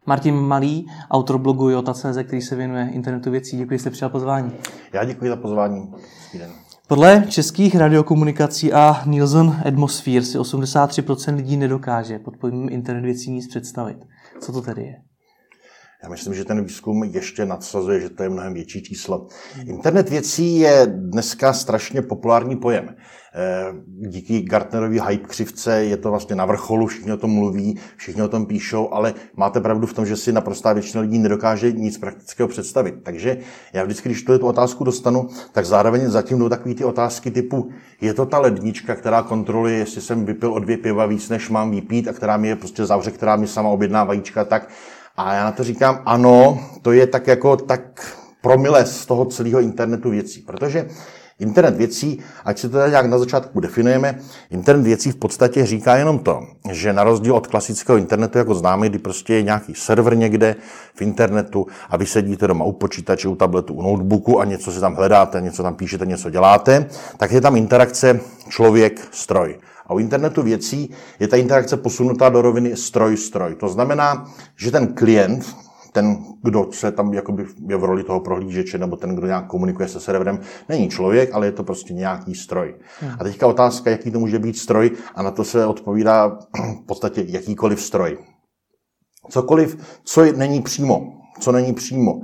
Martin Malý, autor blogu Jota.cz, který se věnuje internetu věcí. Děkuji, že jste přijal pozvání. Já děkuji za pozvání. Podle českých radiokomunikací a Nielsen Atmosphere si 83% lidí nedokáže pod pojmem internet věcí nic představit. Co to tedy je? Já myslím, že ten výzkum ještě nadsazuje, že to je mnohem větší číslo. Internet věcí je dneska strašně populární pojem. Díky Gartnerově hype křivce je to vlastně na vrcholu, všichni o tom mluví, všichni o tom píšou, ale máte pravdu v tom, že si naprostá většina lidí nedokáže nic praktického představit. Takže já vždycky, když tu otázku dostanu, tak zároveň zatím jdou takové ty otázky typu, je to ta lednička, která kontroluje, jestli jsem vypil o 2 piva víc, než mám vypít a která mi je prostě zavře, která mi sama objedná vajíčka, tak. A já na to říkám, ano, to je tak promile z toho celého internetu věcí, protože internet věcí, ať si to nějak na začátku definujeme, internet věcí v podstatě říká jenom to, že na rozdíl od klasického internetu, jako známe, kdy prostě je nějaký server někde v internetu a vy sedíte doma u počítače, u tabletu, u notebooku a něco si tam hledáte, něco tam píšete, něco děláte, tak je tam interakce člověk-stroj. A u internetu věcí je ta interakce posunutá do roviny stroj-stroj. To znamená, že ten klient, ten, kdo se tam jakoby je v roli toho prohlížeče, nebo ten, kdo nějak komunikuje se serverem, není člověk, ale je to prostě nějaký stroj. A teďka otázka, jaký to může být stroj, a na to se odpovídá v podstatě jakýkoliv stroj. Cokoliv, co není přímo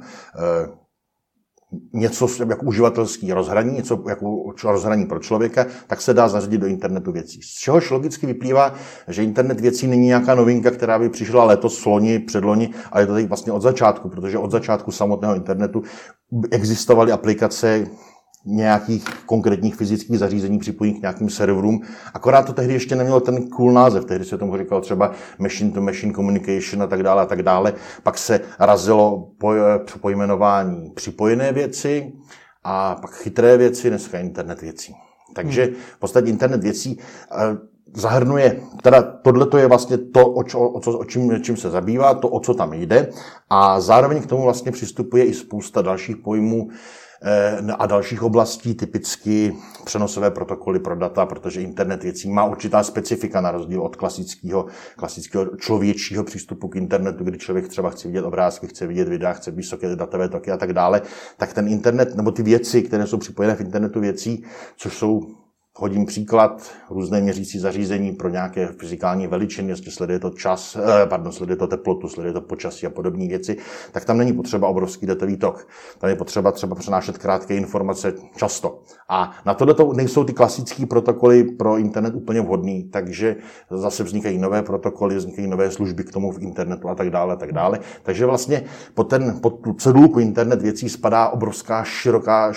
něco jako uživatelský rozhraní, něco jako rozhraní pro člověka, tak se dá zařadit do internetu věcí. Z čehož logicky vyplývá, že internet věcí není nějaká novinka, která by přišla letos, loni, předloni, ale je to tady vlastně od začátku, protože od začátku samotného internetu existovaly aplikace nějakých konkrétních fyzických zařízení připojených k nějakým serverům. Akorát to tehdy ještě nemělo ten cool název. Tehdy se tomu říkal třeba machine-to-machine communication a tak dále a tak dále. Pak se razilo pojmenování připojené věci a pak chytré věci, dneska internet věcí. Takže v podstatě internet věcí zahrnuje, teda tohleto je vlastně to, čím se zabývá, to, o co tam jde, a zároveň k tomu vlastně přistupuje i spousta dalších pojmů a dalších oblastí, typicky přenosové protokoly pro data, protože internet věcí má určitá specifika na rozdíl od klasického člověčího přístupu k internetu, kdy člověk třeba chce vidět obrázky, chce vidět videa, chce vysoké datové toky a tak dále, tak ten internet nebo ty věci, které jsou připojené v internetu věcí, což jsou, hodím příklad, různé měřící zařízení pro nějaké fyzikální veličiny, jestli sleduje to sleduje to teplotu, sleduje to počasí a podobné věci, tak tam není potřeba obrovský datový tok. Tam je potřeba třeba přenášet krátké informace často. A na tohleto nejsou ty klasické protokoly pro internet úplně vhodný, takže zase vznikají nové protokoly, vznikají nové služby k tomu v internetu a tak dále, a tak dále. Takže vlastně pod tu cedulku internet věcí spadá obrovská široká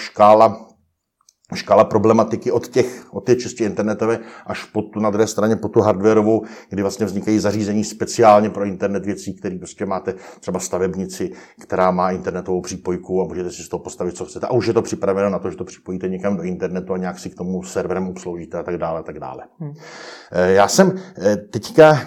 škála problematiky od té čistě internetové až na druhé straně po tu hardwarovou, kdy vlastně vznikají zařízení speciálně pro internet věcí, který prostě máte třeba stavebnici, která má internetovou přípojku a můžete si z toho postavit, co chcete. A už je to připraveno na to, že to připojíte někam do internetu a nějak si k tomu serverem obsloužíte a tak dále, a tak dále. Já jsem teďka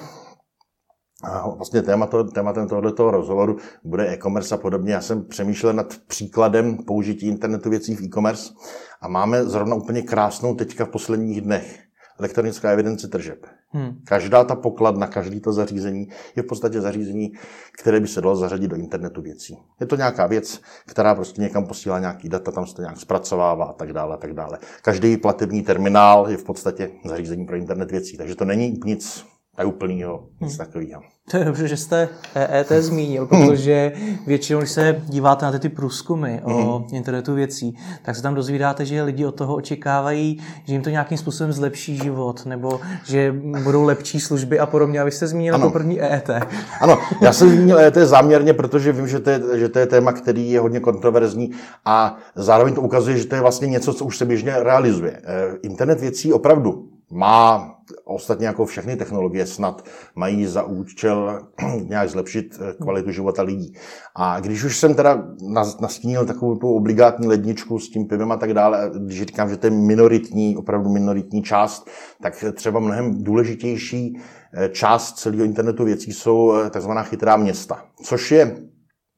vlastně tématem tohoto rozhovoru bude e-commerce a podobně. Já jsem přemýšlel nad příkladem použití internetu věcí v e-commerce a máme zrovna úplně krásnou teďka v posledních dnech elektronická evidence tržeb. Každá ta pokladna, každý to zařízení je v podstatě zařízení, které by se dalo zařadit do internetu věcí. Je to nějaká věc, která prostě někam posílá nějaký data, tam se to nějak zpracovává a tak dále, a tak dále. Každý platební terminál je v podstatě zařízení pro internet věcí, takže to není nic úplného, nic takového. To je dobře, že jste EET zmínil, protože většinou, když se díváte na ty průzkumy o internetu věcí, tak se tam dozvídáte, že lidi od toho očekávají, že jim to nějakým způsobem zlepší život, nebo že budou lepší služby a podobně. A vy jste zmínil jako první EET. Ano, já jsem zmínil EET záměrně, protože vím, že to je téma, který je hodně kontroverzní a zároveň to ukazuje, že to je vlastně něco, co už se běžně realizuje. Internet věcí opravdu má, ostatně jako všechny technologie snad, mají za účel nějak zlepšit kvalitu života lidí. A když už jsem teda nastínil takovou tu obligátní ledničku s tím pivem a tak dále, když říkám, že to je opravdu minoritní část, tak třeba mnohem důležitější část celého internetu věcí jsou takzvaná chytrá města, což je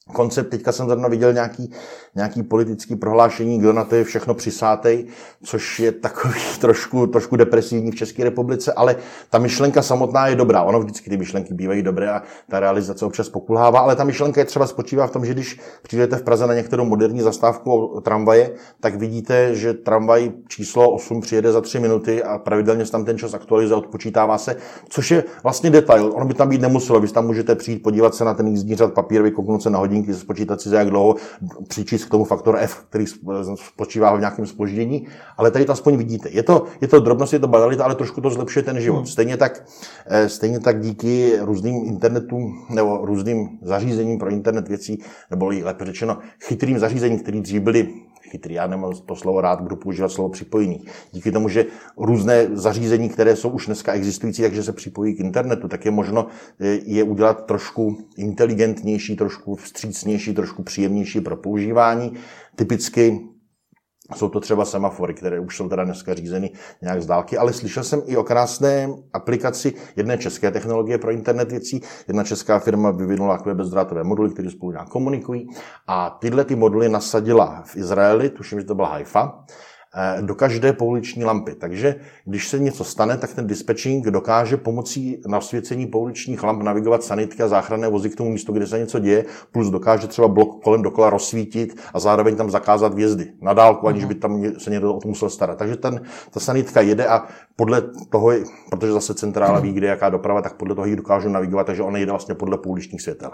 koncept. Teďka jsem zrovna viděl nějaký politický prohlášení, kdo na to je všechno přisátej, což je takový trošku depresivní v České republice, ale ta myšlenka samotná je dobrá. Ono vždycky ty myšlenky bývají dobré a ta realizace občas pokulhává, ale ta myšlenka je třeba spočívá v tom, že když přijdete v Praze na některou moderní zastávku tramvaje, tak vidíte, že tramvaj číslo 8 přijede za 3 minuty a pravidelně se tam ten čas aktualizuje, odpočítává se, což je vlastně detail. Ono by tam být nemuselo, vy tam můžete přijít, podívat se na ten jízdní řad papírový, kouknout se na hodinky, spočítat si za jak dlouho, přičíst k tomu faktor F, který spočívá v nějakém zpoždění, ale tady to aspoň vidíte. Je to drobnost, je to banalita, ale trošku to zlepšuje ten život. Stejně tak díky různým internetům nebo různým zařízením pro internet věcí, nebo lépe řečeno chytrým zařízením, které dřív byly chytrý, já nemám to slovo rád, budu používat slovo připojení. Díky tomu, že různé zařízení, které jsou už dneska existující, takže se připojí k internetu, tak je možno je udělat trošku inteligentnější, trošku vstřícnější, trošku příjemnější pro používání. Typicky jsou to třeba semafory, které už jsou teda dneska řízeny nějak z dálky, ale slyšel jsem i o krásné aplikaci jedné české technologie pro internet věcí. Jedna česká firma vyvinula takové bezdrátové moduly, které spolu nějak komunikují a tyhle ty moduly nasadila v Izraeli, tuším, že to byla Haifa, do každé pouliční lampy. Takže když se něco stane, tak ten dispatching dokáže pomocí nasvěcení pouličních lamp navigovat sanitky a záchranné vozy k tomu místu, kde se něco děje, plus dokáže třeba blok kolem dokola rozsvítit a zároveň tam zakázat vjezdy na dálku, aniž by tam se někdo o to musel starat. Takže ta sanitka jede a podle toho, protože zase centrála ví, kde jaká doprava, tak podle toho ji dokážou navigovat, takže ona jede vlastně podle pouličních světel.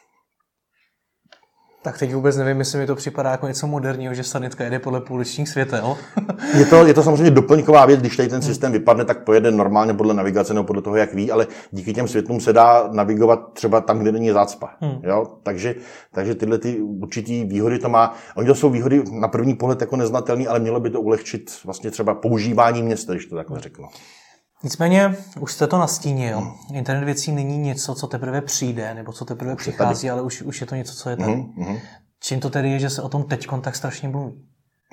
Tak teď vůbec nevím, jestli mi to připadá jako něco moderního, že sanitka jede podle pouličních světel. Je to samozřejmě doplňková věc, když tady ten systém vypadne, tak pojede normálně podle navigace nebo podle toho, jak ví, ale díky těm světlům se dá navigovat třeba tam, kde není zácpa. Jo? Takže tyhle ty určitý výhody to má. Oni to jsou výhody na první pohled jako neznatelný, ale mělo by to ulehčit vlastně třeba používání města, když to takhle řeknu. Nicméně, už jste to nastínil. Internet věcí není něco, co teprve přijde, nebo co teprve přichází, ale už je to něco, co je tady. Čím to tedy je, že se o tom teďkon tak strašně mluví?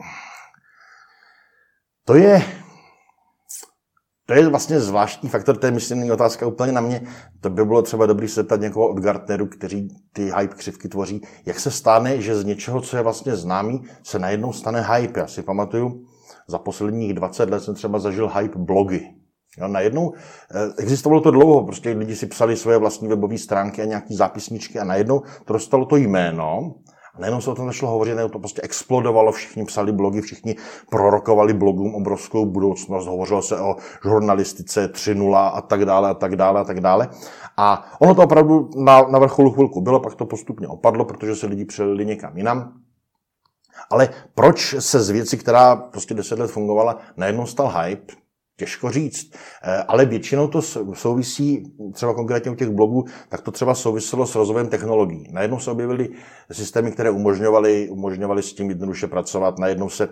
To je vlastně zvláštní faktor, to je myslím otázka úplně na mě. To by bylo třeba dobrý se zeptat někoho od Gartneru, kteří ty hype křivky tvoří. Jak se stane, že z něčeho, co je vlastně známý, se najednou stane hype? Já si pamatuju, za posledních 20 let jsem třeba zažil hype blogy. Jo, najednou existovalo to dlouho, prostě lidi si psali svoje vlastní webové stránky a nějaký zápisničky a najednou to dostalo to jméno a najednou se o tom začalo hovořit, najednou to prostě explodovalo, všichni psali blogy, všichni prorokovali blogům obrovskou budoucnost, hovořilo se o žurnalistice 3.0 a tak dále a tak dále a tak dále. A ono to opravdu na vrcholu chvilku bylo, pak to postupně opadlo, protože se lidi přelili někam jinam. Ale proč se z věci, která prostě 10 let fungovala, najednou stal hype? Těžko říct, ale většinou to souvisí, třeba konkrétně u těch blogů, tak to třeba souviselo s rozvojem technologií. Najednou se objevily systémy, které umožňovaly s tím jednoduše pracovat, najednou se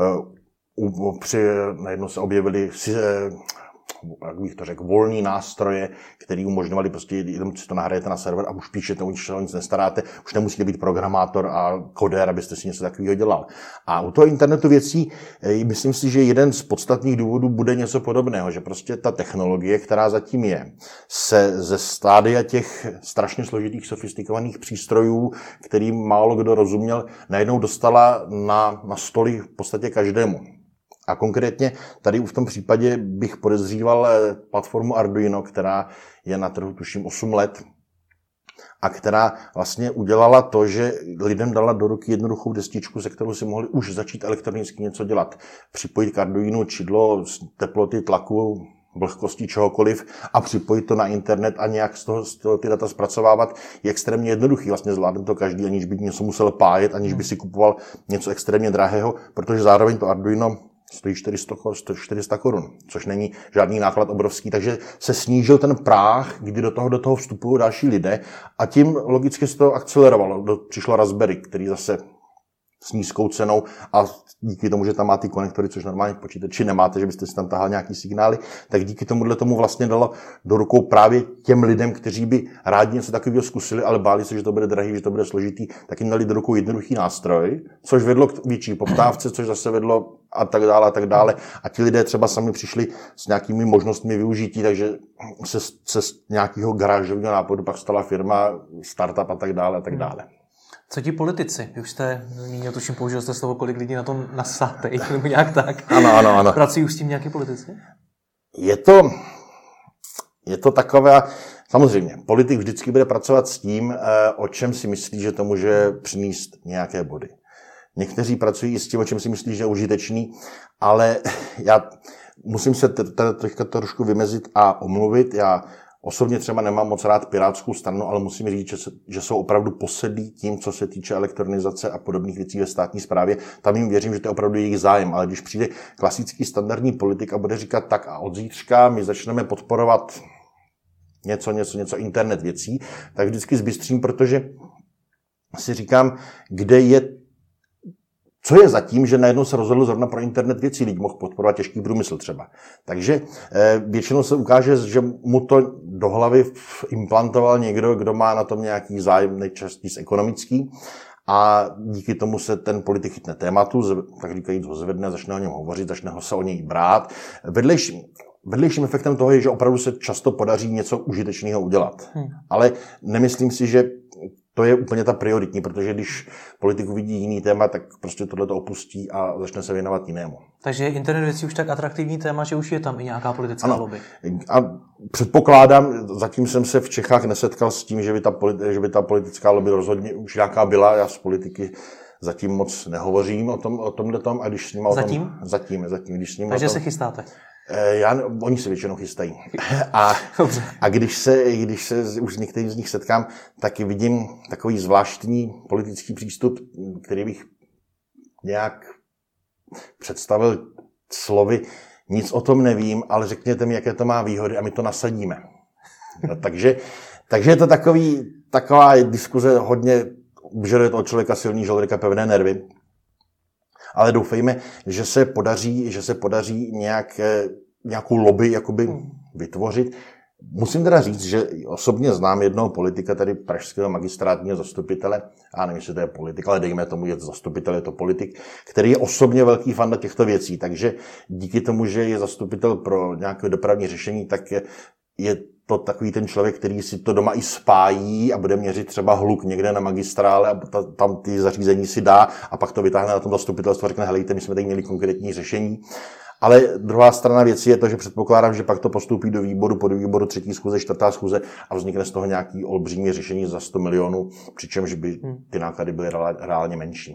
objevily, jak bych to řekl, volný nástroje, které umožňovaly prostě, jenom si to nahrajete na server a už píšete, o nic nestaráte, už nemusíte být programátor a kodér, abyste si něco takového dělal. A u toho internetu věcí, myslím si, že jeden z podstatných důvodů bude něco podobného, že prostě ta technologie, která zatím je, se ze stádia těch strašně složitých, sofistikovaných přístrojů, kterým málo kdo rozuměl, najednou dostala na stoly v podstatě každému. A konkrétně tady v tom případě bych podezříval platformu Arduino, která je na trhu tuším 8 let a která vlastně udělala to, že lidem dala do ruky jednoduchou destičku, se kterou si mohli už začít elektronicky něco dělat. Připojit k Arduinu čidlo z teploty, tlaku, vlhkosti, čehokoliv a připojit to na internet a nějak z toho ty data zpracovávat je extrémně jednoduchý. Vlastně zvládne to každý, aniž by něco musel pájet, aniž by si kupoval něco extrémně drahého, protože zároveň to Arduino stojí 400 korun, což není žádný náklad obrovský, takže se snížil ten práh, kdy do toho vstupují další lidé a tím logicky se to akcelerovalo. Přišlo Raspberry, který zase s nízkou cenou a díky tomu, že tam má ty konektory, což normálně v počítači nemáte, že byste si tam tahal nějaký signály, tak díky tomu vlastně dalo do rukou právě těm lidem, kteří by rádi něco takového zkusili, ale báli se, že to bude drahý, že to bude složitý, tak jim dali do rukou jednoduchý nástroj, což vedlo k větší poptávce, což zase vedlo a tak dále a tak dále. A ti lidé třeba sami přišli s nějakými možnostmi využití, takže se z nějakého garážového nápadu pak stala firma, startup a tak dále a tak dále. Co ti politici? Vy už jste zmínil, tuším, použil jste slovo, kolik lidí na tom nasápej, nebo nějak tak. Ano. Pracují už s tím nějaký politici? Je to takové, samozřejmě, politik vždycky bude pracovat s tím, o čem si myslí, že to může přinést nějaké body. Někteří pracují i s tím, o čem si myslí, že je užitečný, ale já musím se teďka trošku vymezit a omluvit. Já osobně třeba nemám moc rád Pirátskou stranu, ale musím říct, že jsou opravdu posedlí tím, co se týče elektronizace a podobných věcí ve státní správě. Tam jim věřím, že to je opravdu jejich zájem, ale když přijde klasický standardní politik a bude říkat tak a od zítřka my začneme podporovat něco internet věcí, tak vždycky zbystřím, protože si říkám, co je zatím, že najednou se rozhodl zrovna pro internet věcí, lidi mohl podporovat těžký průmysl třeba. Takže většinou se ukáže, že mu to do hlavy implantoval někdo, kdo má na tom nějaký zájem, nejčastěji ekonomický, a díky tomu se ten politik chytne tématu, tak říkajíc ho zvedne, začne o něm hovořit, začne ho se o něj brát. Vedlejším efektem toho je, že opravdu se často podaří něco užitečného udělat. Ale nemyslím si, že to je úplně ta prioritní, protože když politik uvidí jiný téma, tak prostě tohleto opustí a začne se věnovat jinému. Takže je internet věcí už tak atraktivní téma, že už je tam i nějaká politická lobby. A předpokládám, zatím jsem se v Čechách nesetkal s tím, že by ta politická lobby rozhodně už nějaká byla. Já z politiky zatím moc nehovořím o tomhletom. A když s nimi Zatím. Když s nimi Takže se chystáte? Oni se většinou chystají. A když se už s některým z nich setkám, tak vidím takový zvláštní politický přístup, který bych nějak představil slovy. Nic o tom nevím, ale řekněte mi, jaké to má výhody a my to nasadíme. Takže je to taková diskuze hodně, vyžaduje to od člověka silný žaludek a pevné nervy. Ale doufejme, že se podaří nějakou lobby jakoby vytvořit. Musím teda říct, že osobně znám jednoho politika, tady pražského magistrátního zastupitele, já nevím, jestli to je politik, ale dejme tomu, je to zastupitel, je to politik, který je osobně velký fan těchto věcí, takže díky tomu, že je zastupitel pro nějaké dopravní řešení, tak je to takový ten člověk, který si to doma i spájí a bude měřit třeba hluk někde na magistrále a tam ty zařízení si dá a pak to vytáhne na tom zastupitelstvu a řekne, helejte, my jsme tady měli konkrétní řešení. Ale druhá strana věci je to, že předpokládám, že pak to postoupí do výboru, podvýboru, 3. schůze, 4. schůze a vznikne z toho nějaký olbřímý řešení za 100 milionů, přičemž by ty náklady byly reálně menší.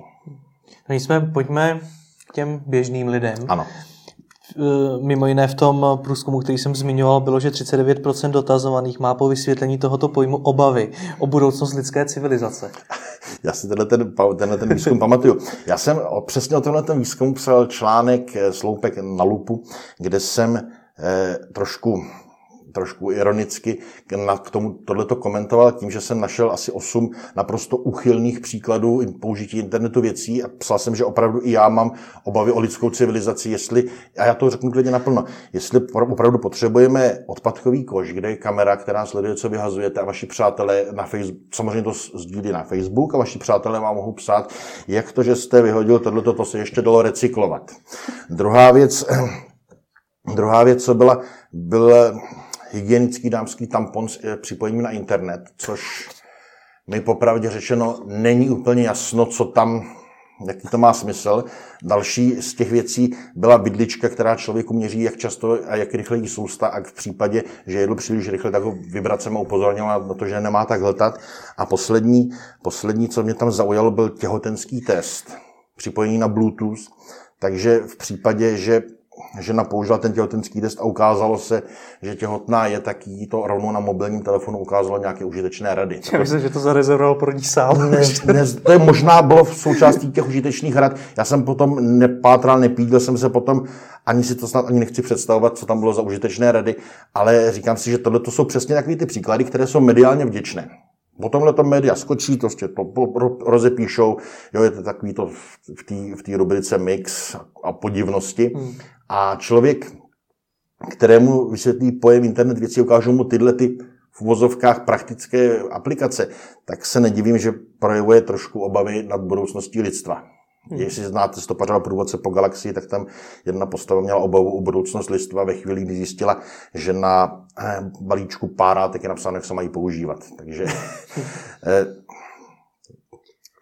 Pojďme k těm běžným lidem. Ano. Mimo jiné v tom průzkumu, který jsem zmiňoval, bylo, že 39% dotazovaných má po vysvětlení tohoto pojmu obavy o budoucnost lidské civilizace. Já si tenhle ten výzkum pamatuju. Já jsem přesně o tomhle výzkumu psal článek Sloupek na lupu, kde jsem trošku ironicky k tomu tohleto komentoval tím, že jsem našel asi 8 naprosto úchylných příkladů použití internetu věcí a psal jsem, že opravdu i já mám obavy o lidskou civilizaci, a já to řeknu klidně naplno, jestli opravdu potřebujeme odpadkový koš, kde je kamera, která sleduje, co vyhazujete a vaši přátelé na Facebook, samozřejmě to sdílí na Facebook a vaši přátelé vám mohou psát, jak to, že jste vyhodil tohleto, to se ještě dalo recyklovat. Druhá věc, co byl hygienický dámský tampon s připojením na internet, což mi popravdě řečeno není úplně jasno, jaký to má smysl. Další z těch věcí byla vidlička, která člověku měří, jak často a jak rychle jí sousta a v případě, že jedl příliš rychle, tak ho vibracema upozornila na to, že nemá tak hltat. A poslední, co mě tam zaujalo, byl těhotenský test, připojení na Bluetooth, takže v případě, že žena použila ten těhotenský test a ukázalo se, že těhotná je, tak jí to rovnou na mobilním telefonu ukázalo nějaké užitečné rady. Já myslím, že to zarezervoval pro ní sám. To je možná bylo v součástí těch užitečných rad. Já jsem potom nepátral, nepídil jsem se potom, ani si to snad ani nechci představovat, co tam bylo za užitečné rady, ale říkám si, že tohle to jsou přesně takové ty příklady, které jsou mediálně vděčné. Potom to média skočí, to rozepíšou, je to takový to v té rubrice mix a podivnosti. A člověk, kterému vysvětlí pojem internet věcí, ukážou mu tyhle ty v uvozovkách praktické aplikace, tak se nedivím, že projevuje trošku obavy nad budoucností lidstva. Jestli znáte Stopařova průvodce po galaxii, tak tam jedna postava měla obavu o budoucnost lidstva ve chvíli, kdy zjistila, že na balíčku párátek je napsáno, jak se mají používat. Takže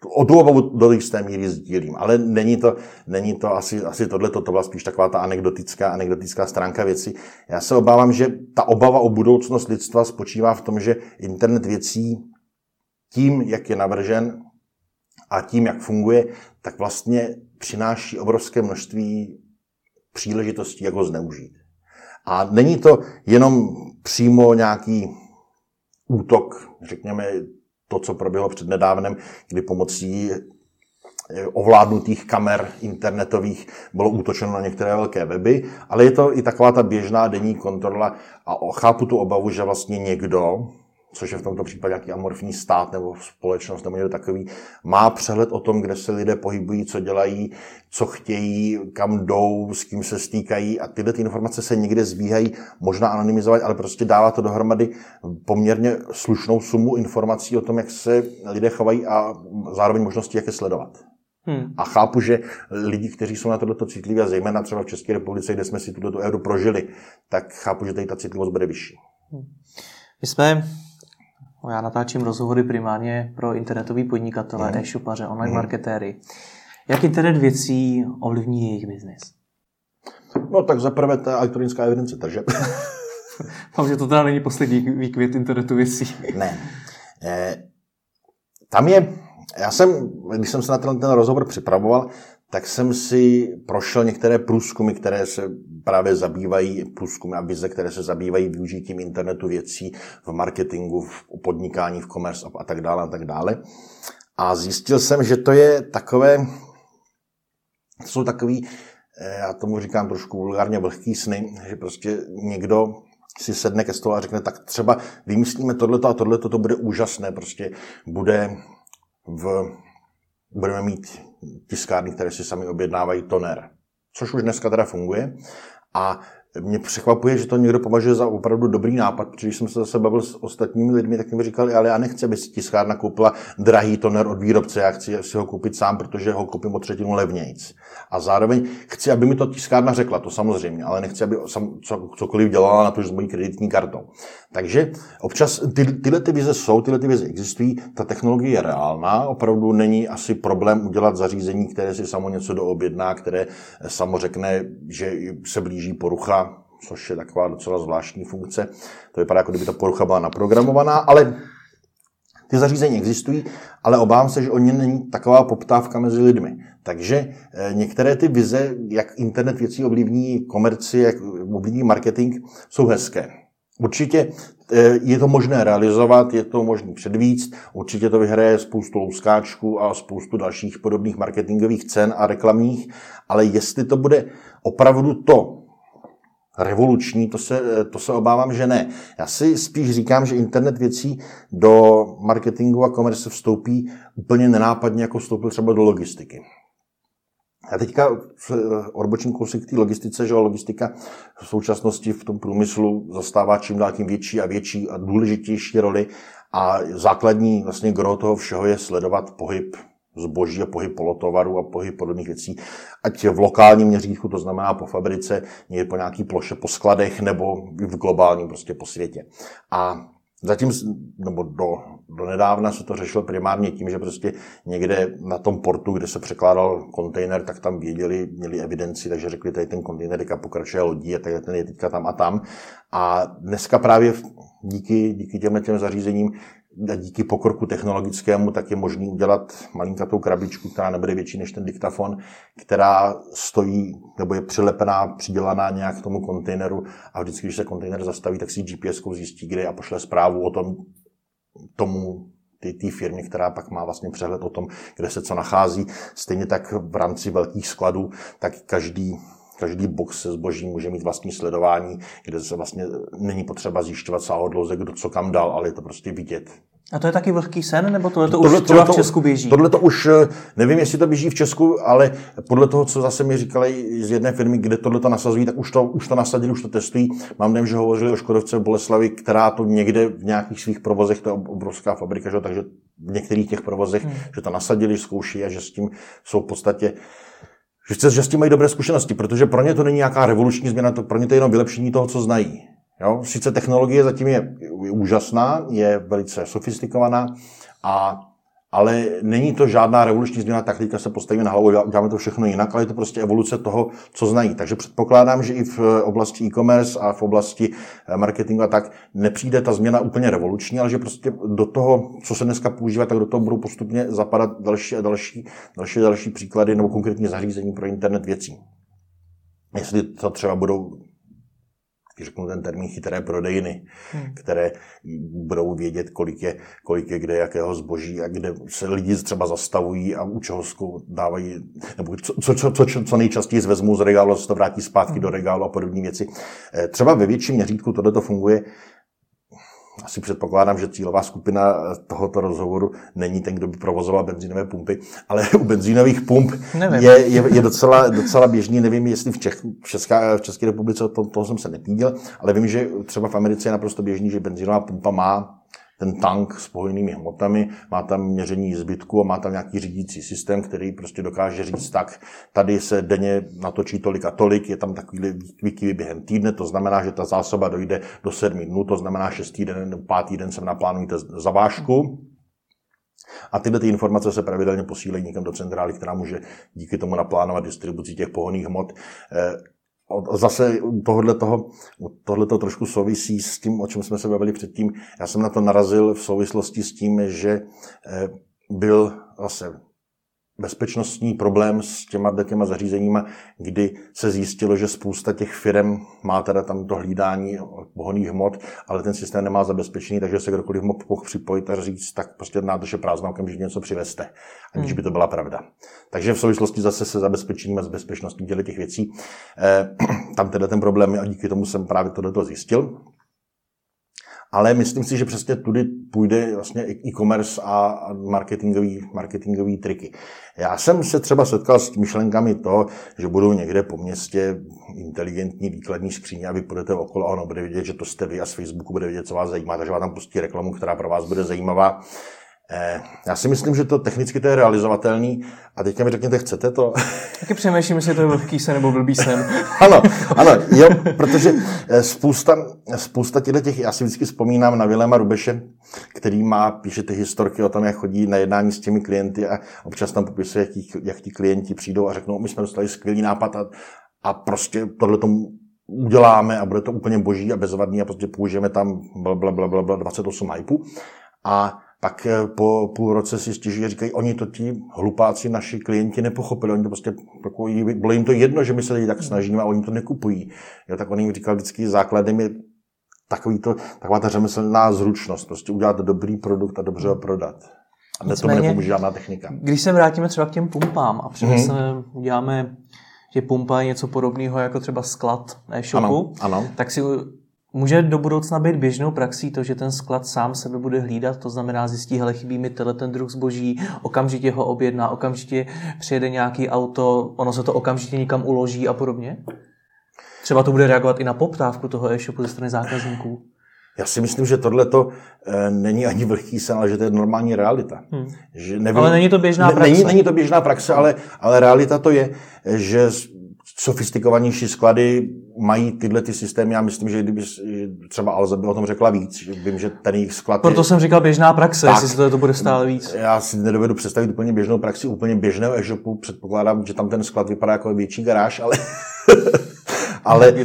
O tu obavu do jisté míry sdílím, ale není to asi tohleto, to byla spíš taková ta anekdotická stránka věci. Já se obávám, že ta obava o budoucnost lidstva spočívá v tom, že internet věcí tím, jak je navržen a tím, jak funguje, tak vlastně přináší obrovské množství příležitostí, jak ho zneužít. A není to jenom přímo nějaký útok, řekněme, to, co proběhlo přednedávnem, kdy pomocí ovládnutých kamer internetových bylo útočeno na některé velké weby, ale je to i taková ta běžná denní kontrola a chápu tu obavu, že vlastně někdo, což je v tomto případě nějaký amorfní stát nebo společnost nebo někdo takový, má přehled o tom, kde se lidé pohybují, co dělají, co chtějí, kam jdou, s kým se stýkají a tyhle ty informace se někde zbíhají, možná anonymizovat, ale prostě dává to dohromady poměrně slušnou sumu informací o tom, jak se lidé chovají a zároveň možnosti, jak je sledovat. A chápu, že lidi, kteří jsou na tohleto citliví, a zejména třeba v České republice, kde jsme si tuto éru prožili, tak chápu, že tady ta citlivost bude vyšší. Já natáčím rozhovory primárně pro internetové podnikatele, e-shopaře, online marketéry. Jak internet věcí ovlivní jejich biznis? No tak zaprvé ta elektronická evidence tržeb. Mám, že to teda není poslední výkvět internetu věcí. Ne. Tam je, když jsem se na ten rozhovor připravoval, tak jsem si prošel některé průzkumy, které se právě zabývají, průzkumy a vize, které se zabývají využitím internetu věcí v marketingu, v podnikání, v commerce a tak dále a tak dále. A zjistil jsem, že to jsou takový, já tomu říkám trošku vulgárně vlhký sny, že prostě někdo si sedne ke stolu a řekne, tak třeba vymyslíme tohleto a tohleto, to bude úžasné, prostě budeme mít tiskárny, které si sami objednávají toner, což už dneska teda funguje. A mě překvapuje, že to někdo považuje za opravdu dobrý nápad, protože když jsem se zase bavil s ostatními lidmi, tak mi říkali, ale já nechci, aby si tiskárna koupila drahý toner od výrobce, já chci si ho koupit sám, protože ho koupím o 1/3 levnějc. A zároveň chci, aby mi to tiskárna řekla, to samozřejmě, ale nechci, aby cokoliv dělala na to, že s mojí kreditní kartou. Takže občas tyhle ty vize jsou, tyhle ty vize existují, ta technologie je reálná, opravdu není asi problém udělat zařízení, které si samo něco doobjedná, které samo řekne, že se blíží porucha, což je taková docela zvláštní funkce. To vypadá, jako kdyby ta porucha byla naprogramovaná, ale ty zařízení existují, ale obávám se, že o ně není taková poptávka mezi lidmi. Takže některé ty vize, jak internet věcí ovlivní komerci, jak ovlivní marketing, jsou hezké. Určitě je to možné realizovat, je to možné předvíct, určitě to vyhraje spoustu louskáčků a spoustu dalších podobných marketingových cen a reklamních, ale jestli to bude opravdu to revoluční, to se obávám, že ne. Já si spíš říkám, že internet věcí do marketingu a komerce vstoupí úplně nenápadně, jako vstoupil třeba do logistiky. A teďka odbočím kousek k té logistice, že logistika v současnosti v tom průmyslu zastává čím dál tím větší a větší a důležitější roli a základní vlastně gro toho všeho je sledovat pohyb zboží a pohyb polotovaru a pohyb podobných věcí, ať v lokálním měřítku, to znamená po fabrice, někde po nějaký ploše, po skladech nebo v globálním prostě po světě. A zatím, nebo do nedávna se to řešilo primárně tím, že prostě někde na tom portu, kde se překládal kontejner, tak tam měli evidenci, takže řekli, tady ten kontejner teďka pokračuje lodí a tak ten je teďka tam a tam. A dneska právě díky těm zařízením a díky pokroku technologickému, tak je možný udělat malinkatou krabičku, která nebude větší než ten diktafon, která stojí nebo je přilepená, přidělaná nějak k tomu kontejneru a vždycky, když se kontejner zastaví, tak si GPS-kou zjistí, kde a pošle zprávu o tomu té firmě, která pak má vlastně přehled o tom, kde se co nachází. Stejně tak v rámci velkých skladů, tak každý box se zbožím může mít vlastní sledování, kde se vlastně není potřeba zjišťovat sáhodlouze, kdo co kam dal, ale je to prostě vidět. A to je taky vlhký sen, nebo tohle už třeba v Česku běží? Tohle to už, nevím, jestli to běží v Česku, ale podle toho, co zase mi říkali z jedné firmy, kde tohle to nasazují, tak už to nasadili, už to testují. Mám dojem, že hovořili o Škodovce v Boleslavi, která to někde v nějakých svých provozech, to je obrovská fabrika, že? Takže v některých těch provozech, že to nasadili, zkouší a že s tím jsou v podstatě že s tím mají dobré zkušenosti, protože pro ně to není nějaká revoluční změna, pro ně to je jenom vylepšení toho, co znají. Jo? Sice technologie zatím je úžasná, je velice sofistikovaná, ale není to žádná revoluční změna, tak teďka se postavíme na hlavu, děláme to všechno jinak, ale je to prostě evoluce toho, co znají. Takže předpokládám, že i v oblasti e-commerce a v oblasti marketingu a tak nepřijde ta změna úplně revoluční, ale že prostě do toho, co se dneska používá, tak do toho budou postupně zapadat další a další příklady nebo konkrétní zařízení pro internet věcí. Jestli to třeba budou, řeknu ten termín, chytré prodejny, které budou vědět, kolik je kde, jakého zboží a kde se lidi třeba zastavují a u čeho dávají, nebo co nejčastěji zvezmou z regálu, se to vrátí zpátky do regálu a podobné věci. Třeba ve větším měřítku tohle to funguje. Asi předpokládám, že cílová skupina tohoto rozhovoru není ten, kdo by provozoval benzínové pumpy, ale u benzínových pump je docela běžný, nevím, jestli v České republice, toho jsem se nepíděl, ale vím, že třeba v Americe je naprosto běžný, že benzínová pumpa má ten tank s pohojnými hmotami, má tam měření zbytku a má tam nějaký řídící systém, který prostě dokáže říct tak, tady se denně natočí tolik a tolik, je tam takový výkyvy během týdne, to znamená, že ta zásoba dojde do 7 dnů, to znamená 6. den nebo 5. den se naplánujete zavážku. A tyhle ty informace se pravidelně posílají někam do centrály, která může díky tomu naplánovat distribuci těch pohonných hmot. Zase tohleto trošku souvisí s tím, o čem jsme se bavili předtím. Já jsem na to narazil v souvislosti s tím, že byl zase bezpečnostní problém s těma zařízeníma, kdy se zjistilo, že spousta těch firem má teda tam to hlídání pohonných hmot, ale ten systém nemá zabezpečený, takže se kdokoliv mohl připojit a říct, tak prostě nádrž je prázdná, okamžitě něco přivezte, aniž by to byla pravda. Takže v souvislosti zase se zabezpečením a s bezpečností těch věcí, tam teda ten problém je a díky tomu jsem právě tohleto zjistil. Ale myslím si, že přesně tudy půjde vlastně e-commerce a marketingový triky. Já jsem se třeba setkal s myšlenkami toho, že budou někde po městě inteligentní výkladní skříně a vy půjdete okolo a ono bude vidět, že to jste vy a z Facebooku bude vidět, co vás zajímá, takže vám tam pustí reklamu, která pro vás bude zajímavá. Já si myslím, že to technicky to je realizovatelný. A teďka mi řekněte, chcete to? Taky přemýšlím, jestli to je vlhký sen nebo blbý sen. ano, jo, protože spousta těch, já si vždycky vzpomínám na Viléma Rubeše, který píše ty historky o tom, jak chodí na jednání s těmi klienty a občas tam popisuje, jak ti klienti přijdou a řeknou, my jsme dostali skvělý nápad a prostě tohle tomu uděláme a bude to úplně boží a bezvadný a prostě použijeme tam blablabla 28 hypů. A pak po půl roce si stěžují a říkají, oni to ti hlupáci, naši klienti nepochopili, oni to prostě, bylo jim to jedno, že my se tady tak snažíme a oni to nekupují. Jo, tak on jim říkal vždycky základem je taková ta řemeslná zručnost, prostě udělat dobrý produkt a dobře ho prodat. A tomu nepomůže žádná technika. Když se vrátíme třeba k těm pumpám a uděláme, že pumpa je něco podobného jako třeba sklad e-shopu, ano. Tak si může do budoucna být běžnou praxí to, že ten sklad sám sebe bude hlídat, to znamená zjistí, hele, chybí mi ten druh zboží, okamžitě ho objedná, okamžitě přijede nějaký auto, ono se to okamžitě někam uloží a podobně? Třeba to bude reagovat i na poptávku toho e-shopu ze strany zákazníků. Já si myslím, že tohleto není ani vlhký sen, ale že to je normální realita. Že nevím, ale není to běžná praxe. Není to běžná praxe, ale realita to je, že sofistikovanější sklady mají tyhle ty systémy. Já myslím, že kdyby třeba Alza by o tom řekla víc, že vím, že ten jejich sklad Proto jsem říkal běžná praxe, tak, jestli to bude stále víc. Já si nedovedu představit úplně běžnou praxi, úplně běžného e-shopu. Předpokládám, že tam ten sklad vypadá jako větší garáž, ale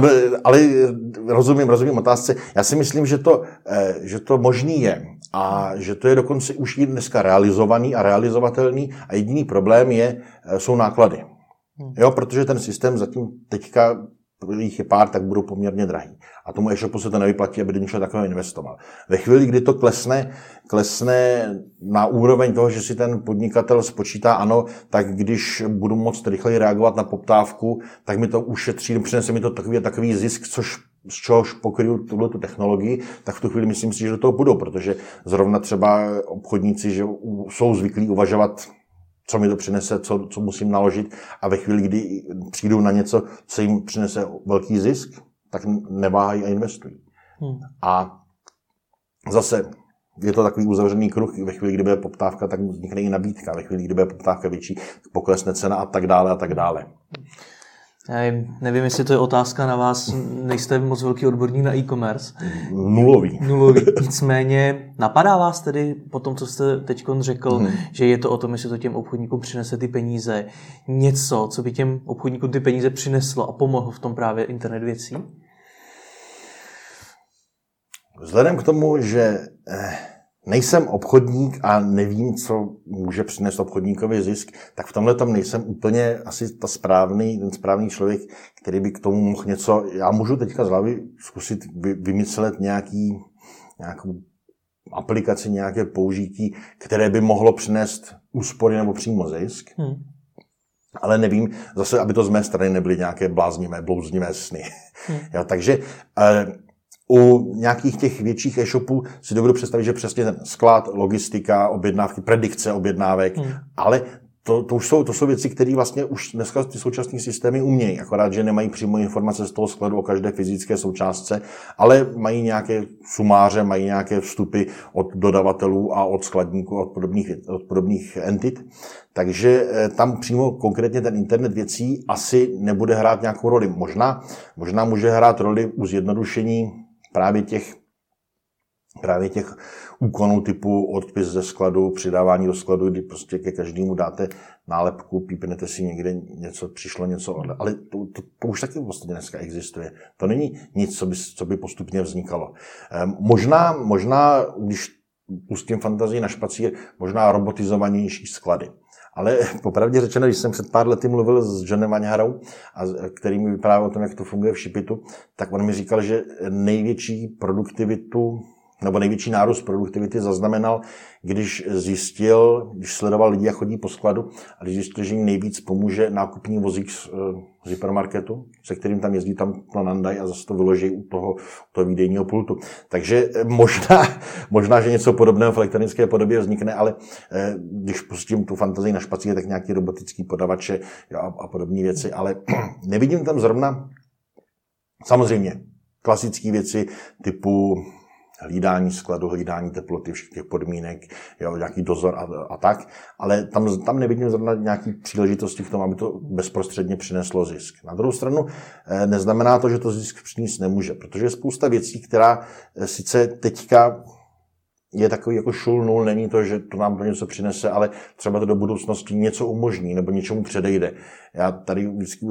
rozumím otázce. Já si myslím, že to možný je a že to je dokonce už i dneska realizovaný a realizovatelný a jediný problém jsou náklady. Jo, protože ten systém zatím teďka, jich je pár, tak budou poměrně drahý. A tomu e-shopu se to nevyplatí, aby do něčeho takového investoval. Ve chvíli, kdy to klesne na úroveň toho, že si ten podnikatel spočítá, ano, tak když budu moct rychleji reagovat na poptávku, tak mi to ušetří, přinese mi to takový zisk, z čehož pokryju tu technologii, tak v tu chvíli myslím si, že do toho budou, protože zrovna třeba obchodníci, že jsou zvyklí uvažovat, co mi to přinese, co musím naložit a ve chvíli, kdy přijdou na něco, co jim přinese velký zisk, tak neváhají a investují. A zase je to takový uzavřený kruh. Ve chvíli, kdy bude poptávka, tak vznikne i nabídka. Ve chvíli, kdy bude poptávka větší, poklesne cena a tak dále a tak dále. Nevím, jestli to je otázka na vás, nejste moc velký odborník na e-commerce. Nulový. Nicméně napadá vás tedy po tom, co jste teď řekl, že je to o tom, jestli to těm obchodníkům přinese ty peníze, něco, co by těm obchodníkům ty peníze přineslo a pomohlo v tom právě internet věcí? Vzhledem k tomu, že nejsem obchodník a nevím, co může přinést obchodníkovi zisk, tak v tomhle tom nejsem úplně asi ten správný člověk, který by k tomu mohl něco. Já můžu teďka z hlavy zkusit vymyslet nějakou aplikaci, nějaké použití, které by mohlo přinést úspory nebo přímo zisk. Ale nevím, zase, aby to z mé strany nebyly nějaké blouznivé sny. Jo, takže u nějakých těch větších e-shopů si dovedu představit, že přesně ten sklad, logistika, objednávky, predikce objednávek, ale to jsou věci, které vlastně už dneska ty současné systémy umějí, akorát, že nemají přímo informace z toho skladu o každé fyzické součástce, ale mají nějaké sumáře, mají nějaké vstupy od dodavatelů a od skladníků, od podobných entit. Takže tam přímo konkrétně ten internet věcí asi nebude hrát nějakou roli. Možná může hrát roli u zjednodušení právě těch úkonů typu odpis ze skladu, přidávání do skladu, kdy prostě ke každému dáte nálepku, pípnete si někde přišlo něco, ale to už taky vlastně dneska existuje. To není nic, co by postupně vznikalo. Možná, když pustím fantazii na špacír, možná robotizovanější sklady. Ale popravdě řečeno, když jsem před pár lety mluvil s Johnem Vaňharou, který mi vyprávěl o tom, jak to funguje v Shipitu, tak on mi říkal, že největší nárůst produktivity zaznamenal, když sledoval lidi, jak chodí po skladu, a když zjistil, že jim nejvíc pomůže nákupní vozík z hypermarketu, se kterým tam jezdí, tam to nandají a zase to vyloží u toho výdejního pultu. Takže možná, že něco podobného v elektronické podobě vznikne, ale když pustím tu fantazii na špacír, tak nějaký robotický podavače a podobné věci, ale nevidím tam zrovna samozřejmě klasické věci typu hlídání skladu, hlídání teploty, všech těch podmínek, nějaký dozor a tak, ale tam nevidím zrovna nějaký příležitosti k tomu, aby to bezprostředně přineslo zisk. Na druhou stranu neznamená to, že to zisk přinést nemůže, protože je spousta věcí, která sice teďka je takový jako šul nul, není to, že to nám to něco přinese, ale třeba to do budoucnosti něco umožní nebo něčemu předejde. Já tady vždycky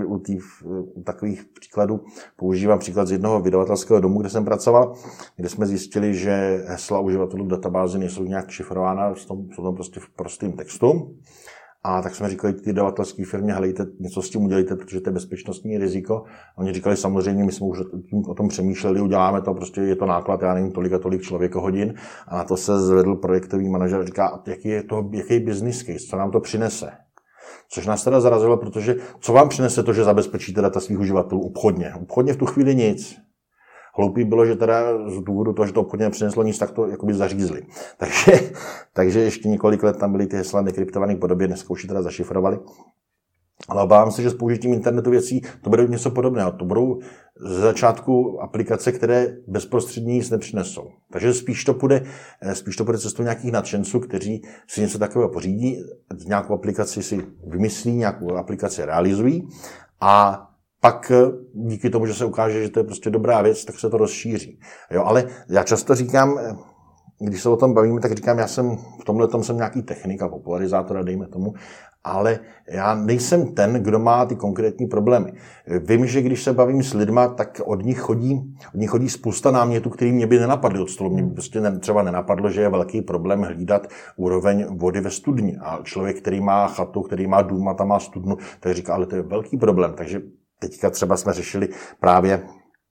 u takových příkladů používám příklad z jednoho vydavatelského domu, kde jsem pracoval, kde jsme zjistili, že hesla uživatelů v databázi nejsou nějak šifrována, jsou tam prostě v prostém textu. A tak jsme říkali ty dodavatelské firmě, helejte, něco s tím udělejte, protože to je bezpečnostní riziko. A oni říkali, samozřejmě, my jsme už o tom přemýšleli, uděláme to, prostě je to náklad, já nevím, tolik a tolik člověkohodin. A na to se zvedl projektový manažer a říká, jaký business case, co nám to přinese. Což nás teda zarazilo, protože co vám přinese to, že zabezpečíte data svých uživatelů obchodně? Obchodně v tu chvíli nic. Hloupý bylo, že teda z důvodu toho, že to obchodně nepřineslo nic, tak to jakoby zařízli. Takže ještě několik let tam byly ty hesla nekryptované podobě, dneska už je teda zašifrovali. Ale obávám se, že s použitím internetu věcí to bude něco podobného. To budou ze začátku aplikace, které bezprostředně nic nepřinesou. Takže spíš to půjde cestou nějakých nadšenců, kteří si něco takového pořídí, nějakou aplikaci si vymyslí, nějakou aplikaci realizují a pak díky tomu, že se ukáže, že to je prostě dobrá věc, tak se to rozšíří. Jo, ale já často říkám, když se o tom bavíme, tak říkám, v tomhletom jsem nějaký technik a popularizátor, dejme tomu, ale já nejsem ten, kdo má ty konkrétní problémy. Vím, že když se bavím s lidma, tak od nich chodí spousta námětů, který mě by nenapadly od stolu. Mě by prostě třeba nenapadlo, že je velký problém hlídat úroveň vody ve studni. A člověk, který má chatu, který má dům a tam má studnu, tak říká, ale to je velký problém. Takže teďka třeba jsme řešili právě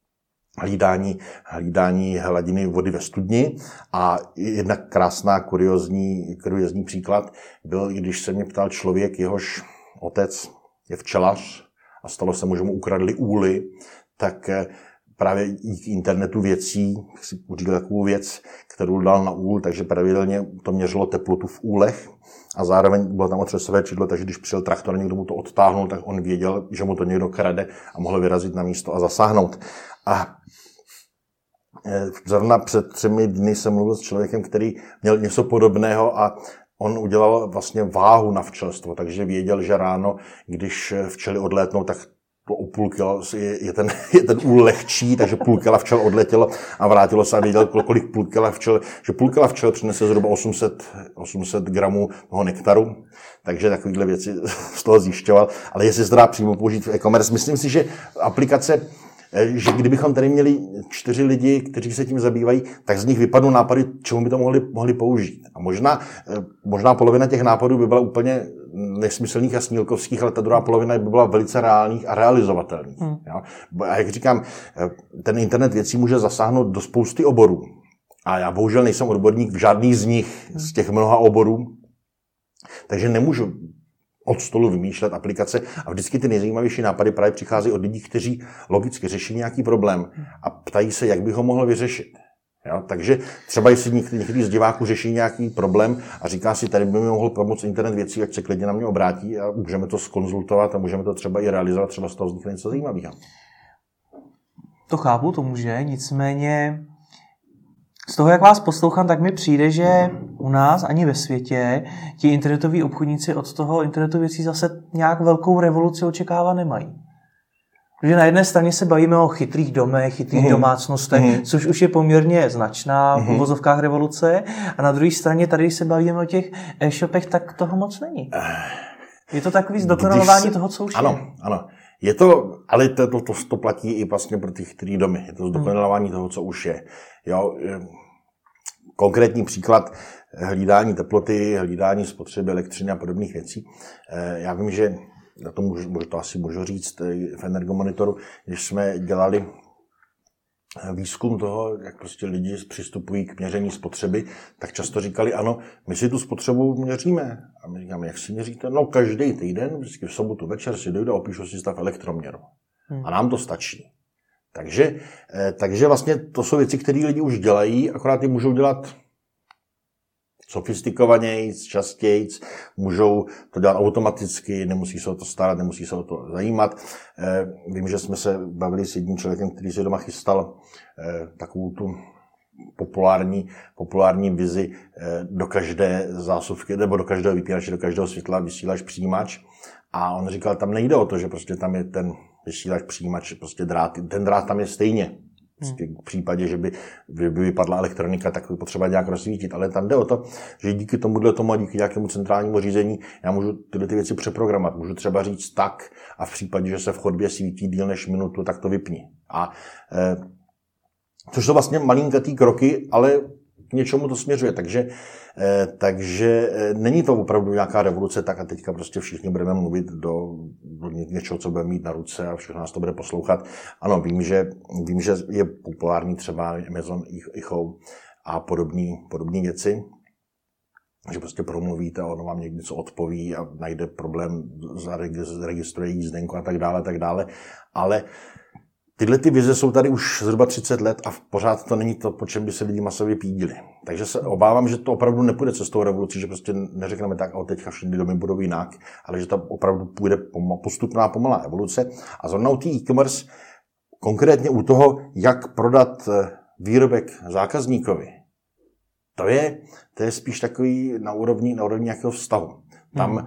hlídání hladiny vody ve studni a jedna krásná kuriózní příklad byl, když se mě ptal člověk, jehož otec je včelař a stalo se mu, že mu ukradli úly, tak právě k internetu věcí si uřídil takovou věc, kterou dal na úl, takže pravidelně to měřilo teplotu v úlech a zároveň bylo tam otřesové čidlo, takže když přijel traktor a někdo mu to odtáhnul, tak on věděl, že mu to někdo krade a mohl vyrazit na místo a zasáhnout. A zrovna před 3 dny jsem mluvil s člověkem, který měl něco podobného a on udělal vlastně váhu na včelstvo, takže věděl, že ráno, když včely odlétnou, tak to o půl kila je ten úl lehčí, takže půl kila včel odletělo a vrátilo se a věděl, kolik půl kila včel, že půl kila včel přinese zhruba 800 gramů toho nektaru, takže takovýhle věci z toho zjišťoval, ale jestli se dá přímo použít v e-commerce, myslím si, že aplikace, že kdybychom tady měli 4 lidi, kteří se tím zabývají, tak z nich vypadnou nápady, čemu by to mohli použít. A možná polovina těch nápadů by byla úplně nesmyslných a snílkovských, ale ta druhá polovina by byla velice reálných a realizovatelných. A jak říkám, ten internet věcí může zasáhnout do spousty oborů. A já bohužel nejsem odborník v žádný z nich, z těch mnoha oborů, takže nemůžu od stolu vymýšlet aplikace a vždycky ty nejzajímavější nápady právě přicházejí od lidí, kteří logicky řeší nějaký problém a ptají se, jak by ho mohl vyřešit. Jo? Takže třeba jestli některý z diváků řeší nějaký problém a říká si, tady by mi mohl pomoct internet věcí, ať se klidně na mě obrátí a můžeme to zkonzultovat a můžeme to třeba i realizovat, třeba z toho vznikne něco zajímavého. To chápu, to může, nicméně z toho, jak vás poslouchám, tak mi přijde, že u nás ani ve světě ti internetoví obchodníci od toho internetu věcí zase nějak velkou revoluci očekávat nemají. Protože na jedné straně se bavíme o chytrých domech, chytrých domácnostech, což už je poměrně značná v uvozovkách revoluce, a na druhé straně tady se bavíme o těch e-shopech, tak toho moc není. Je to takový zdokonalování toho, co už je. Ano. Je to, ale to platí i vlastně pro ty chytrý domy. Je to zdokonalování toho, co už je. Jo, konkrétní příklad hlídání teploty, hlídání spotřeby elektřiny a podobných věcí. Já vím, že to asi můžu říct v Energomonitoru, když jsme dělali výzkum toho, jak prostě lidi přistupují k měření spotřeby, tak často říkali, ano, my si tu spotřebu měříme. A my říkáme, jak si měříte? No, každý týden, vždycky v sobotu večer si dojdu a opíšu si stav elektroměru. A nám to stačí. Takže vlastně to jsou věci, které lidi už dělají, akorát je můžou dělat sofistikovanějc, častějc, můžou to dělat automaticky, nemusí se o to starat, nemusí se o to zajímat. Vím, že jsme se bavili s jedním člověkem, který si doma chystal takovou tu populární vizi do každé zásuvky nebo do každého vypínače, do každého světla vysílač, přijímač. A on říkal, tam nejde o to, že prostě tam je ten vysílač, přijímač, prostě drát, ten drát tam je stejně. V případě, že by vypadla elektronika, tak je potřeba nějak rozsvítit. Ale tam jde o to, že díky tomu a díky nějakému centrálnímu řízení já můžu tyhle ty věci přeprogramovat. Můžu třeba říct tak a v případě, že se v chodbě svítí díl než minutu, tak to vypni. Což jsou vlastně malinkatý kroky, ale k něčemu to směřuje. Takže není to opravdu nějaká revoluce, tak a teďka prostě všichni budeme mluvit do něčeho, co budeme mít na ruce a všechno nás to bude poslouchat. Ano, vím, že je populární třeba Amazon Echo a podobné věci, že prostě promluvíte a ono vám někdy něco odpoví a najde problém, zaregistruje jízdenku a tak dále. Ale tyhle ty vize jsou tady už zhruba 30 let a pořád to není to, po čem by se lidi masově pídili. Takže se obávám, že to opravdu nepůjde cestou revolucí, že prostě neřekneme tak, a teďka všechny domy budou jinak, ale že to opravdu půjde postupná pomalá evoluce. A zrovna u té e-commerce, konkrétně u toho, jak prodat výrobek zákazníkovi, to je spíš takový na úrovni nějakého vztahu. Tam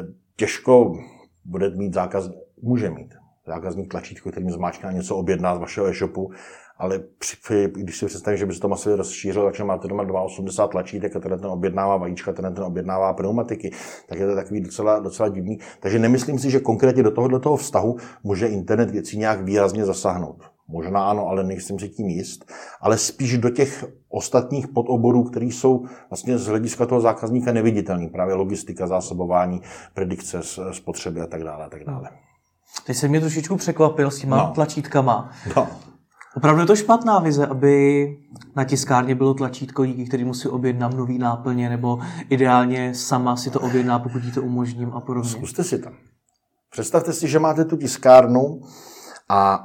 těžko bude mít může mít zákazník tlačítko, kterým zmáčkne něco objedná z vašeho e-shopu, ale když si představím, že by se to masově rozšířilo, takže máte doma 82 tlačítek a ten objednává vajíčka, ten objednává pneumatiky, tak je to takový docela divný. Takže nemyslím si, že konkrétně do tohoto vztahu může internet věcí nějak výrazně zasáhnout. Možná ano, ale nejsem si tím jist, ale spíš do těch ostatních podoborů, které jsou vlastně z hlediska toho zákazníka neviditelný. Právě logistika, zásobování, predikce spotřeby a tak dále. Teď se mě trošičku překvapil s těma tlačítkama. No. Opravdu je to špatná vize, aby na tiskárně bylo tlačítko, díky kterému si objednám nový náplně, nebo ideálně sama si to objedná, pokud jí to umožním a podobně. Zkuste si to. Představte si, že máte tu tiskárnu a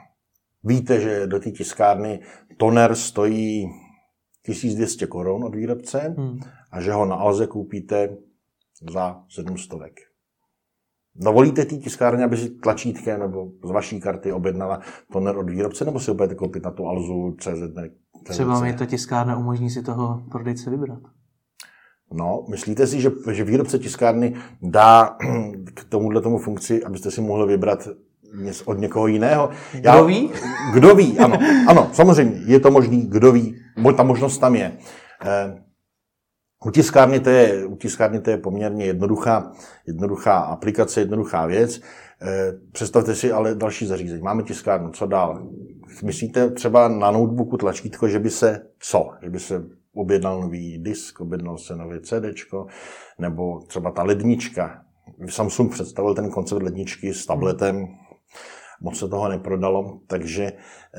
víte, že do té tiskárny toner stojí 1200 korun od výrobce a že ho na Alze koupíte za 700. Dovolíte té tiskárně, aby si tlačítkem nebo z vaší karty objednala toner od výrobce, nebo si ho budete koupit na tu Alzu, CZ? Třeba mi ta tiskárna umožní si toho prodejce vybrat. No, myslíte si, že výrobce tiskárny dá k tomu funkci, abyste si mohli vybrat od někoho jiného. Kdo ví? Kdo ví, ano, samozřejmě, je to možný, kdo ví, ta možnost tam je. U tiskárny to je poměrně jednoduchá aplikace, jednoduchá věc. Představte si ale další zařízení. Máme tiskárnu, co dál? Myslíte třeba na notebooku tlačítko, že by se objednal nový disk, objednal se nové CDčko, nebo třeba ta lednička. Samsung představil ten koncept ledničky s tabletem, moc se toho neprodalo, takže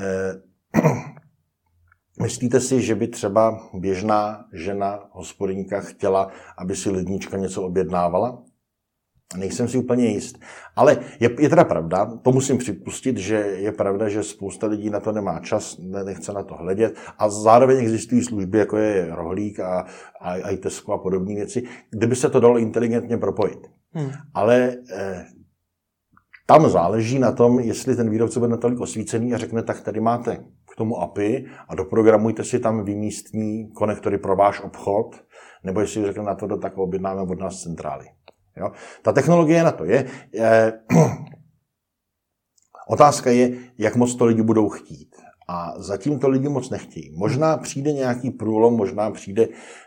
myslíte si, že by třeba běžná žena, hospodyňka chtěla, aby si lednička něco objednávala? Nejsem si úplně jist. Ale je teda pravda, to musím připustit, že je pravda, že spousta lidí na to nemá čas, nechce na to hledět a zároveň existují služby, jako je Rohlík a iTesko a podobné věci, kde by se to dalo inteligentně propojit. Ale tam záleží na tom, jestli ten výrobce bude natolik osvícený a řekne, tak tady máte k tomu API a doprogramujte si tam výmístní konektory pro váš obchod, nebo jestli řekne na to, tak objednáme od nás z centrály. Jo? Ta technologie na to je. Otázka je, jak moc to lidi budou chtít. A zatím to lidi moc nechtějí. Možná přijde nějaký průlom, možná přijde...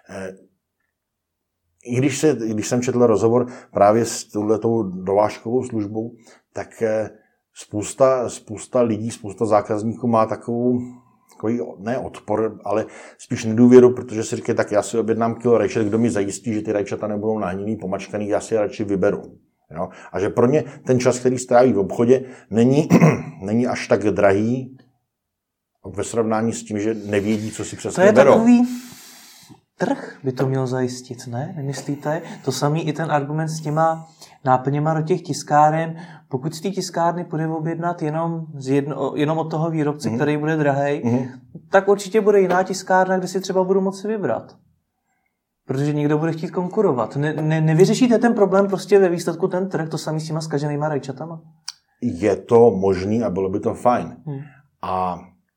I když jsem četl rozhovor právě s touhletou dovážkovou službou, tak spousta lidí, spousta zákazníků má takový ne odpor, ale spíš nedůvěru, protože si říkají, tak já si objednám kilo rajčat, kdo mi zajistí, že ty rajčata nebudou nahnělý, pomačkaný, já si je radši vyberu. Jo? A že pro ně ten čas, který stráví v obchodě, není až tak drahý ve srovnání s tím, že nevědí, co si přesně berou. To je takový trh by to měl zajistit, ne? Nemyslíte? To samý i ten argument s těma náplněma do těch tiskáren. Pokud z té tiskárny půjde objednat jenom od toho výrobce, který bude drahej, tak určitě bude jiná tiskárna, kde si třeba budu moci vybrat. Protože někdo bude chtít konkurovat. Nevyřešíte ten problém prostě ve výsledku ten trh, to samý s těma zkaženýma rajčatama? Je to možný a bylo by to fajn. A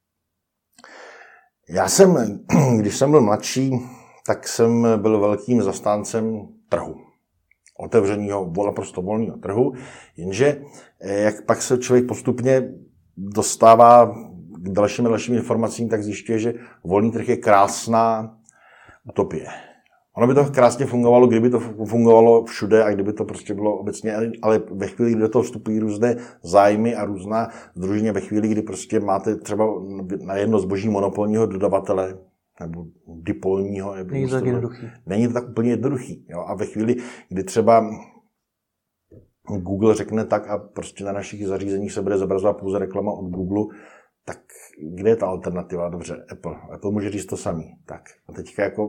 když jsem byl mladší, tak jsem byl velkým zastáncem trhu. Otevřeného, naprosto volného trhu, jenže jak pak se člověk postupně dostává k dalším informacím, tak zjišťuje, že volný trh je krásná utopie. Ono by to krásně fungovalo, kdyby to fungovalo všude a kdyby to prostě bylo obecně, ale ve chvíli, kdy do toho vstupují různé zájmy a různá sdružení, ve chvíli, kdy prostě máte třeba na jedno zboží monopolního dodavatele, nebo dipolního. Není to tak úplně jednoduchý. Jo? A ve chvíli, kdy třeba Google řekne tak a prostě na našich zařízeních se bude zobrazovat pouze reklama od Google, tak kde je ta alternativa? Dobře, Apple může říct to samý. Tak a teďka jako...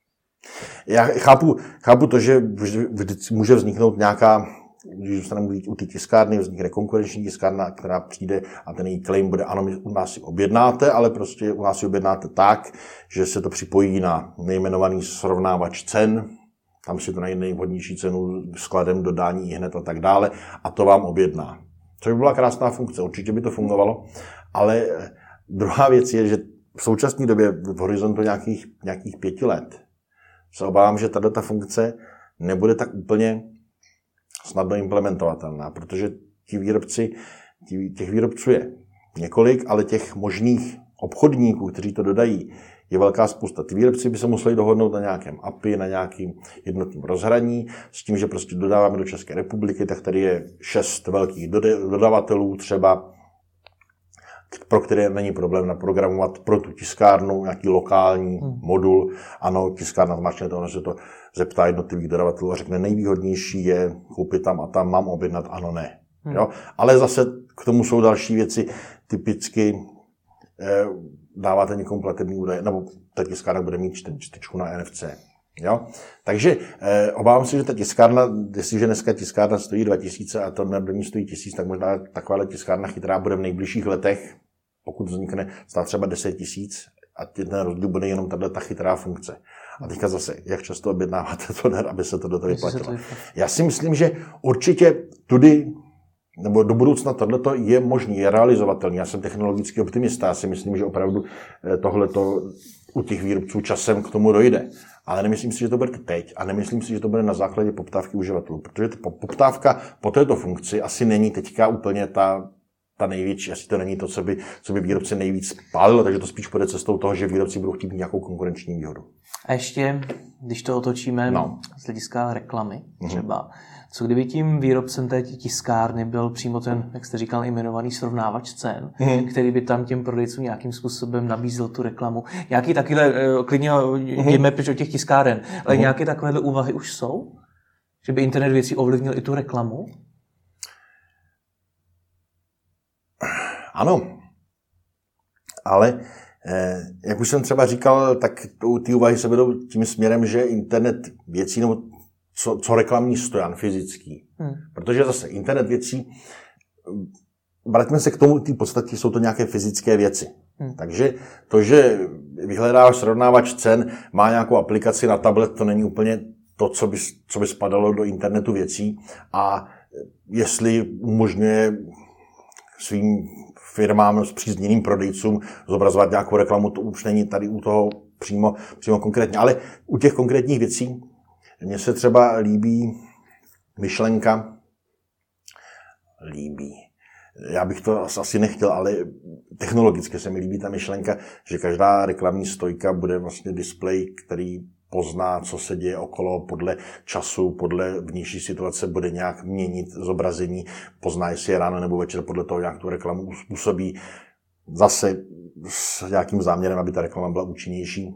Já chápu to, že může vzniknout nějaká, když zůstaneme u té tiskárny, vznikne konkurenční tiskárna, která přijde a ten její claim bude, ano, u nás si objednáte, ale prostě u nás si objednáte tak, že se to připojí na nejmenovaný srovnávač cen, tam si to najde nejvhodnější cenu skladem, dodání hned a tak dále a to vám objedná. Což by byla krásná funkce, určitě by to fungovalo, ale druhá věc je, že v současné době v horizontu nějakých 5 let se obávám, že tato funkce nebude tak úplně snadno implementovatelná, protože těch výrobců je několik, ale těch možných obchodníků, kteří to dodají, je velká spousta. Ty výrobci by se museli dohodnout na nějakém API, na nějakým jednotným rozhraní, s tím, že prostě dodáváme do České republiky, tak tady je 6 velkých dodavatelů třeba, pro které není problém naprogramovat pro tu tiskárnu nějaký lokální modul. Ano, tiskárna zmáčkne to, ono se to zeptá jednotlivých dodavatelů a řekne, nejvýhodnější je koupit tam a tam, mám objednat, ano, ne. Jo? Ale zase k tomu jsou další věci, typicky dáváte někomu platební údaje, nebo ta tiskárna bude mít čtečku na NFC. Jo? Takže obávám se, že ta tiskárna, jestliže dneska tiskárna stojí 2000 a to nebude mít stojí 1000, tak možná taková tiskárna chytrá bude v nejbližších letech, pokud vznikne, stát třeba 10 000 a ten rozdíl bude jenom ta chytrá funkce. A teďka zase, jak často objednáváte to, aby se to do toho vyplatilo. Já si myslím, že určitě tudy, nebo do budoucna tohleto je možný, je realizovatelný. Já jsem technologický optimista, já si myslím, že opravdu tohleto u těch výrobců časem k tomu dojde. Ale nemyslím si, že to bude teď a nemyslím si, že to bude na základě poptávky uživatelů, protože poptávka po této funkci asi není teďka úplně ta největší, asi to není to, co by výrobce nejvíc pálilo, takže to spíš půjde cestou toho, že výrobci budou chtít mít nějakou konkurenční výhodu. A ještě, když to otočíme z hlediska reklamy třeba, co kdyby tím výrobcem té tiskárny byl přímo ten, jak jste říkal, jmenovaný srovnávač cen, který by tam těm prodejcům nějakým způsobem nabízel tu reklamu. Nějaký takovýhle, klidně jdeme pryč od těch tiskáren, ale nějaké takovéhle úvahy už jsou? Že by internet věcí ovlivnil i tu reklamu? Ano, ale jak už jsem třeba říkal, tak ty úvahy se vedou tím směrem, že internet věcí, nebo co reklamní stojan fyzický. Protože zase internet věcí, vraťme se k tomu, v podstatě jsou to nějaké fyzické věci. Takže to, že vyhledáváš srovnávač cen, má nějakou aplikaci na tablet, to není úplně to, co by spadalo do internetu věcí. A jestli umožňuje svým firmám, spřízněným prodejcům zobrazovat nějakou reklamu, to už není tady u toho přímo konkrétně. Ale u těch konkrétních věcí mně se třeba líbí myšlenka, já bych to asi nechtěl, ale technologicky se mi líbí ta myšlenka, že každá reklamní stojka bude vlastně displej, který pozná, co se děje okolo, podle času, podle vnější situace bude nějak měnit zobrazení, pozná, jestli je ráno nebo večer, podle toho, jak tu reklamu způsobí. Zase s nějakým záměrem, aby ta reklama byla účinnější.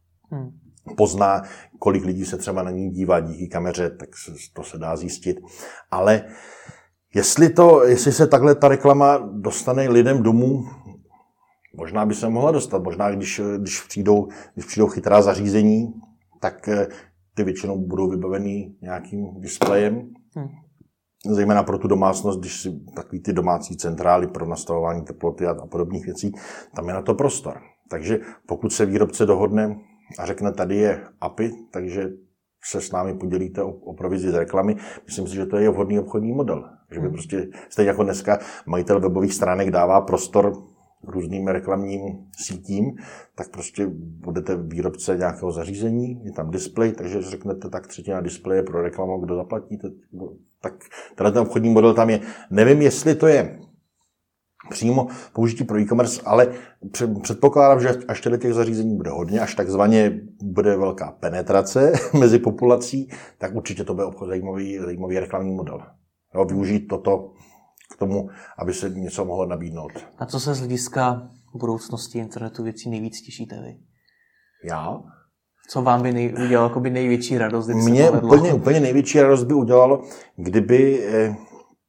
Pozná, kolik lidí se třeba na ní dívá díky kameře, tak to se dá zjistit. Ale jestli se takhle ta reklama dostane lidem domů, možná by se mohla dostat. Možná, když přijdou chytrá zařízení, tak ty většinou budou vybaveny nějakým displejem. Zejména pro tu domácnost, když si takový ty domácí centrály pro nastavování teploty a podobných věcí, tam je na to prostor. Takže pokud se výrobce dohodne a řekne, tady je API, takže se s námi podělíte o provizi z reklamy, myslím si, že to je vhodný obchodní model. Že by prostě, stejně jako dneska majitel webových stránek dává prostor různým reklamním sítím, tak prostě budete výrobce nějakého zařízení, je tam displej, takže řeknete, tak třetina displeje pro reklamu, kdo zaplatíte, tak ten obchodní model tam je. Nevím, jestli to je přímo použití pro e-commerce, ale předpokládám, že až těch zařízení bude hodně, až takzvaně bude velká penetrace mezi populací, tak určitě to bude zajímavý reklamní model. Jo, využít toto k tomu, aby se něco mohlo nabídnout. A co se z hlediska budoucnosti internetu věcí nejvíc těšíte vy? Já? Co vám by udělalo největší radost? Mně úplně největší radost by udělalo, kdyby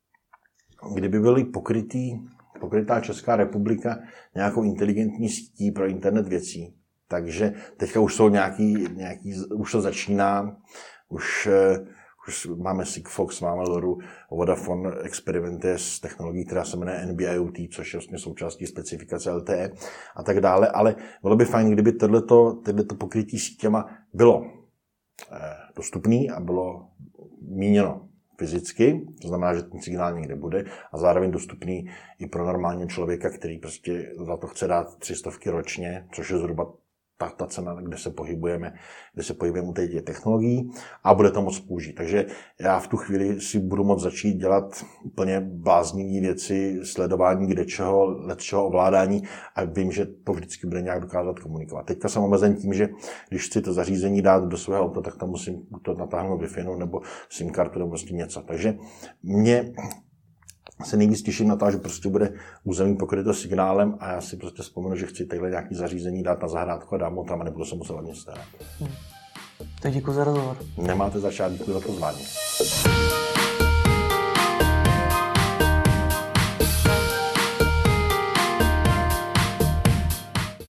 byly pokrytá Česká republika nějakou inteligentní sítí pro internet věcí. Takže teďka už jsou už to začíná, už máme Sigfox, máme LoRu, Vodafone experimentuje s technologií, která se jmenuje NB-IoT, což je vlastně součástí specifikace LTE a tak dále, ale bylo by fajn, kdyby tohleto pokrytí sítěma bylo dostupný a bylo míněno fyzicky, to znamená, že ten signál někde bude a zároveň dostupný i pro normálního člověka, který prostě za to chce dát 300 ročně, což je zhruba ta cena, kde se pohybujeme u těch technologií a bude to moc použít. Takže já v tu chvíli si budu moct začít dělat úplně bláznivé věci, sledování ledčeho ovládání a vím, že to vždycky bude nějak dokázat komunikovat. Teďka jsem omezen tím, že když chci to zařízení dát do svého auta, tak tam musím to natáhnout Wi-Fi nebo SIM kartu nebo prostě něco. Takže mě se nejvíc těším na to, že prostě bude území pokryto signálem a já si prostě vzpomenu, že chci takhle nějaký zařízení dát na zahrádku a dám ho tam a nebudu se muset hlavně starat. Tak děkuji za rozhovor. Nemáte zač, děkuji za pozvání.